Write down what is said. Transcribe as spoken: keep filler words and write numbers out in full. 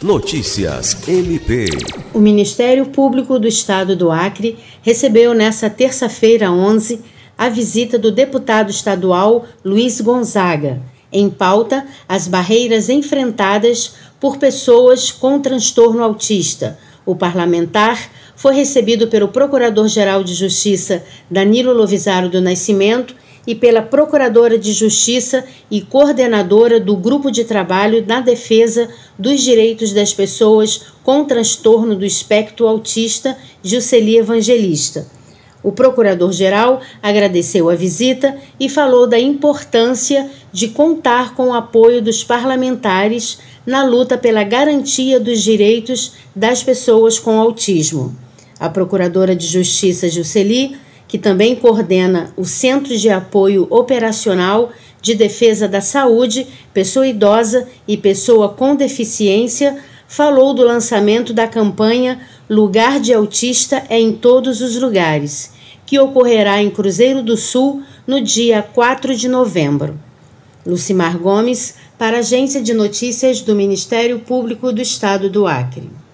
Notícias M P. O Ministério Público do Estado do Acre recebeu nesta terça-feira, onze, a visita do deputado estadual Luiz Gonzaga. Em pauta, as barreiras enfrentadas por pessoas com transtorno autista. O parlamentar foi recebido pelo Procurador-Geral de Justiça Danilo Lovisaro do Nascimento e pela Procuradora de Justiça e coordenadora do Grupo de Trabalho na Defesa dos Direitos das Pessoas com Transtorno do Espectro Autista, Jusceli Evangelista. O Procurador-Geral agradeceu a visita e falou da importância de contar com o apoio dos parlamentares na luta pela garantia dos direitos das pessoas com autismo. A Procuradora de Justiça Jusceli, que também coordena o Centro de Apoio Operacional de Defesa da Saúde, Pessoa Idosa e Pessoa com Deficiência, falou do lançamento da campanha Lugar de Autista é em Todos os Lugares, que ocorrerá em Cruzeiro do Sul no dia quatro de novembro. Lucimar Gomes, para a Agência de Notícias do Ministério Público do Estado do Acre.